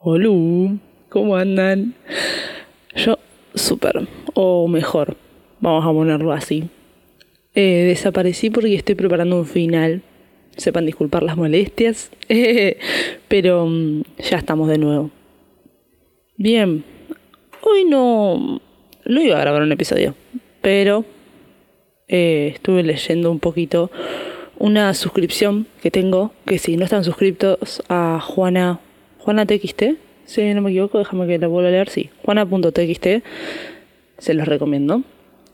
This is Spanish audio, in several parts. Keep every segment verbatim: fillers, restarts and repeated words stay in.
Hola, ¿cómo andan? Yo súper, o mejor, vamos a ponerlo así. Eh, desaparecí porque estoy preparando un final. Sepan disculpar las molestias, pero um, ya estamos de nuevo. Bien, hoy no, no iba a grabar un episodio, pero eh, estuve leyendo un poquito una suscripción que tengo, que si no están suscriptos a Juana... Juana T X T, si no me equivoco, déjame que la vuelva a leer, sí, juana punto t x t, se los recomiendo.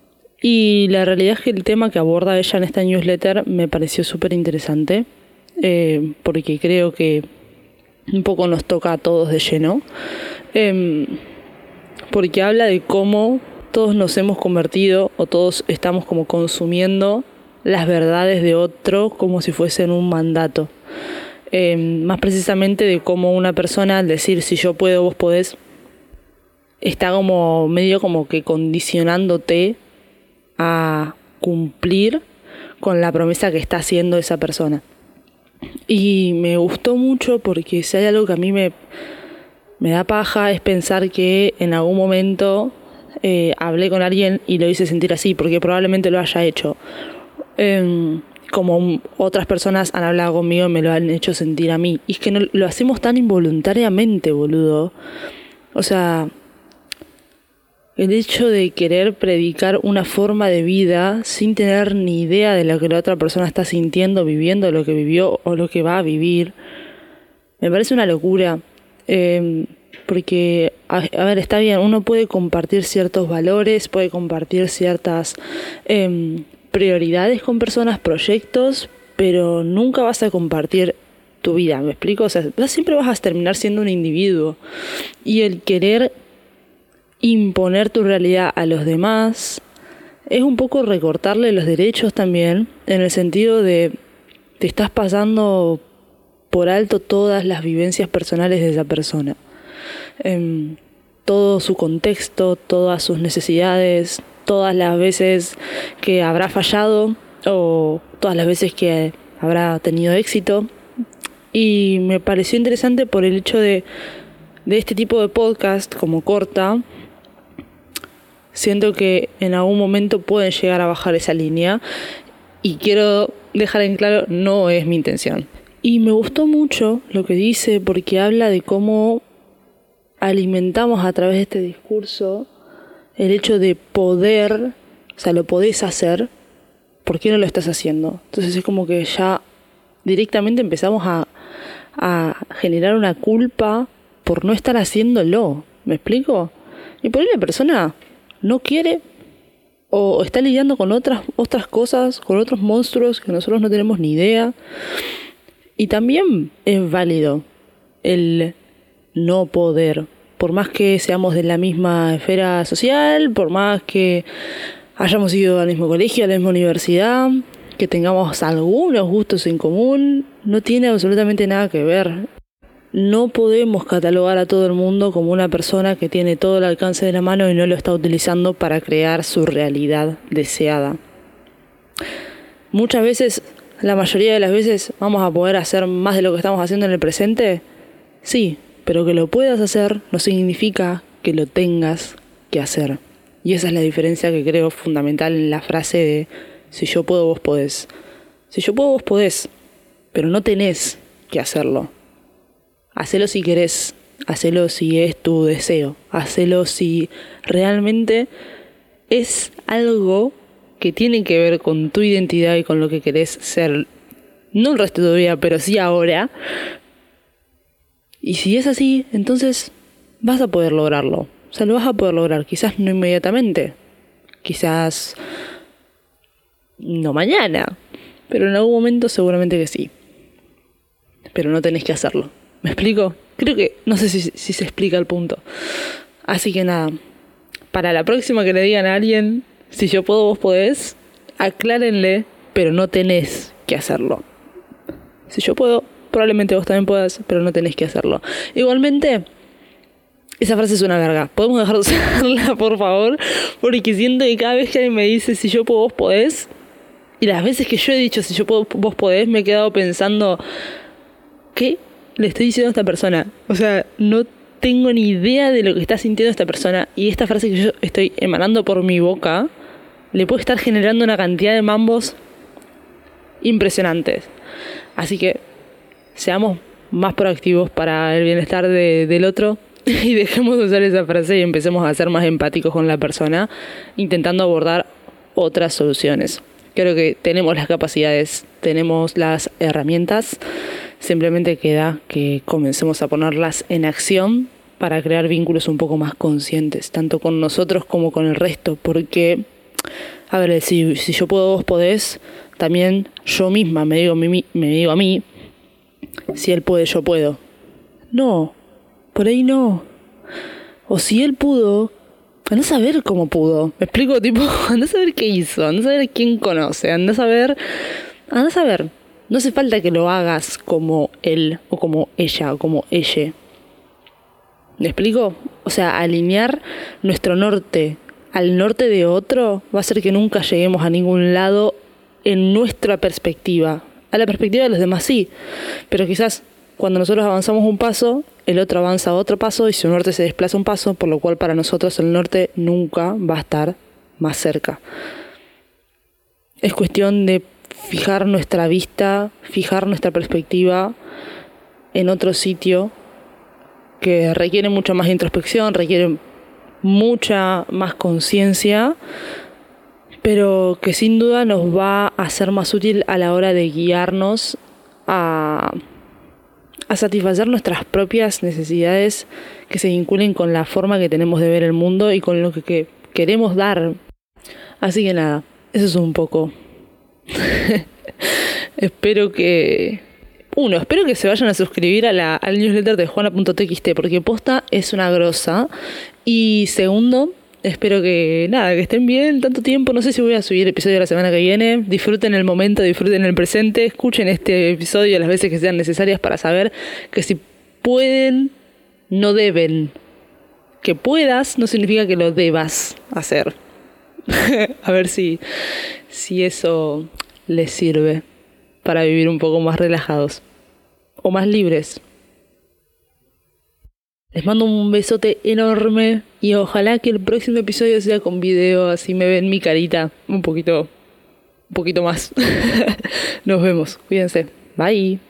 Y la realidad es que el tema que aborda ella en esta newsletter me pareció súper interesante, eh, porque creo que un poco nos toca a todos de lleno, eh, porque habla de cómo todos nos hemos convertido, o todos estamos como consumiendo las verdades de otro como si fuesen un mandato. Eh, más precisamente de cómo una persona al decir si yo puedo, vos podés, está como medio como que condicionándote a cumplir con la promesa que está haciendo esa persona. Y me gustó mucho porque si hay algo que a mí me, me da paja es pensar que en algún momento eh, hablé con alguien y lo hice sentir así, porque probablemente lo haya hecho. Eh, como otras personas han hablado conmigo y me lo han hecho sentir a mí. Y es que no, lo hacemos tan involuntariamente, boludo. O sea, el hecho de querer predicar una forma de vida sin tener ni idea de lo que la otra persona está sintiendo, viviendo, lo que vivió o lo que va a vivir, me parece una locura. Eh, porque, a, a ver, está bien, uno puede compartir ciertos valores, puede compartir ciertas... Eh, prioridades con personas, proyectos, pero nunca vas a compartir tu vida, ¿me explico? O sea, siempre vas a terminar siendo un individuo y el querer imponer tu realidad a los demás es un poco recortarle los derechos también, en el sentido de te estás pasando por alto todas las vivencias personales de esa persona, eh, todo su contexto, todas sus necesidades, todas las veces que habrá fallado o todas las veces que habrá tenido éxito. Y me pareció interesante por el hecho de, de este tipo de podcast como corta. Siento que en algún momento pueden llegar a bajar esa línea y quiero dejar en claro, no es mi intención. Y me gustó mucho lo que dice porque habla de cómo alimentamos a través de este discurso el hecho de poder, o sea, lo podés hacer, ¿por qué no lo estás haciendo? Entonces es como que ya directamente empezamos a, a generar una culpa por no estar haciéndolo, ¿me explico? Y por ahí la persona no quiere o está lidiando con otras, otras cosas, con otros monstruos que nosotros no tenemos ni idea. Y también es válido el no poder. Por más que seamos de la misma esfera social, por más que hayamos ido al mismo colegio, a la misma universidad, que tengamos algunos gustos en común, no tiene absolutamente nada que ver. No podemos catalogar a todo el mundo como una persona que tiene todo el alcance de la mano y no lo está utilizando para crear su realidad deseada. Muchas veces, la mayoría de las veces, ¿vamos a poder hacer más de lo que estamos haciendo en el presente? Sí. Pero que lo puedas hacer no significa que lo tengas que hacer. Y esa es la diferencia que creo fundamental en la frase de si yo puedo, vos podés. Si yo puedo, vos podés, pero no tenés que hacerlo. Hacelo si querés, hacelo si es tu deseo, hacelo si realmente es algo que tiene que ver con tu identidad y con lo que querés ser. No el resto de tu vida, pero sí ahora. Y si es así, entonces vas a poder lograrlo. O sea, lo vas a poder lograr. Quizás no inmediatamente. Quizás no mañana. Pero en algún momento seguramente que sí. Pero no tenés que hacerlo. ¿Me explico? Creo que no sé si, si se explica el punto. Así que nada. Para la próxima que le digan a alguien, si yo puedo, vos podés, aclárenle, pero no tenés que hacerlo. Si yo puedo, probablemente vos también puedas, pero no tenés que hacerlo. Igualmente, esa frase es una verga. ¿Podemos dejar de usarla, por favor? Porque siento que cada vez que alguien me dice si yo puedo, vos podés, y las veces que yo he dicho si yo puedo, vos podés, me he quedado pensando, ¿qué le estoy diciendo a esta persona? O sea, no tengo ni idea de lo que está sintiendo esta persona y esta frase que yo estoy emanando por mi boca le puede estar generando una cantidad de mambos impresionantes. Así que seamos más proactivos para el bienestar de, del otro y dejemos de usar esa frase y empecemos a ser más empáticos con la persona, intentando abordar otras soluciones. Creo que tenemos las capacidades, tenemos las herramientas, simplemente queda que comencemos a ponerlas en acción para crear vínculos un poco más conscientes, tanto con nosotros como con el resto, porque, a ver, si, si yo puedo, vos podés, también yo misma me digo, me digo a mí, si él puede, yo puedo. No, por ahí no. O si él pudo, andá a saber cómo pudo. Me explico, tipo, andá a saber qué hizo, andá a saber quién conoce, andá a saber, andá a saber. No hace falta que lo hagas como él, o como ella, o como ella. ¿Me explico? O sea, alinear nuestro norte al norte de otro va a hacer que nunca lleguemos a ningún lado en nuestra perspectiva. A la perspectiva de los demás sí, pero quizás cuando nosotros avanzamos un paso, el otro avanza otro paso y su norte se desplaza un paso, por lo cual para nosotros el norte nunca va a estar más cerca. Es cuestión de fijar nuestra vista, fijar nuestra perspectiva en otro sitio que requiere mucha más introspección, requiere mucha más conciencia, pero que sin duda nos va a ser más útil a la hora de guiarnos a, a satisfacer nuestras propias necesidades que se vinculen con la forma que tenemos de ver el mundo y con lo que, que queremos dar. Así que nada, eso es un poco. Espero que... Uno, espero que se vayan a suscribir a la, al newsletter de juana punto t x t porque posta es una grosa. Y segundo, espero que nada, que estén bien tanto tiempo. No sé si voy a subir episodio la semana que viene. Disfruten el momento, disfruten el presente. Escuchen este episodio las veces que sean necesarias para saber que si pueden, no deben. Que puedas no significa que lo debas hacer. A ver si, si eso les sirve para vivir un poco más relajados o más libres. Les mando un besote enorme y ojalá que el próximo episodio sea con video, así me ven mi carita un poquito, un poquito más. Nos vemos, cuídense, bye.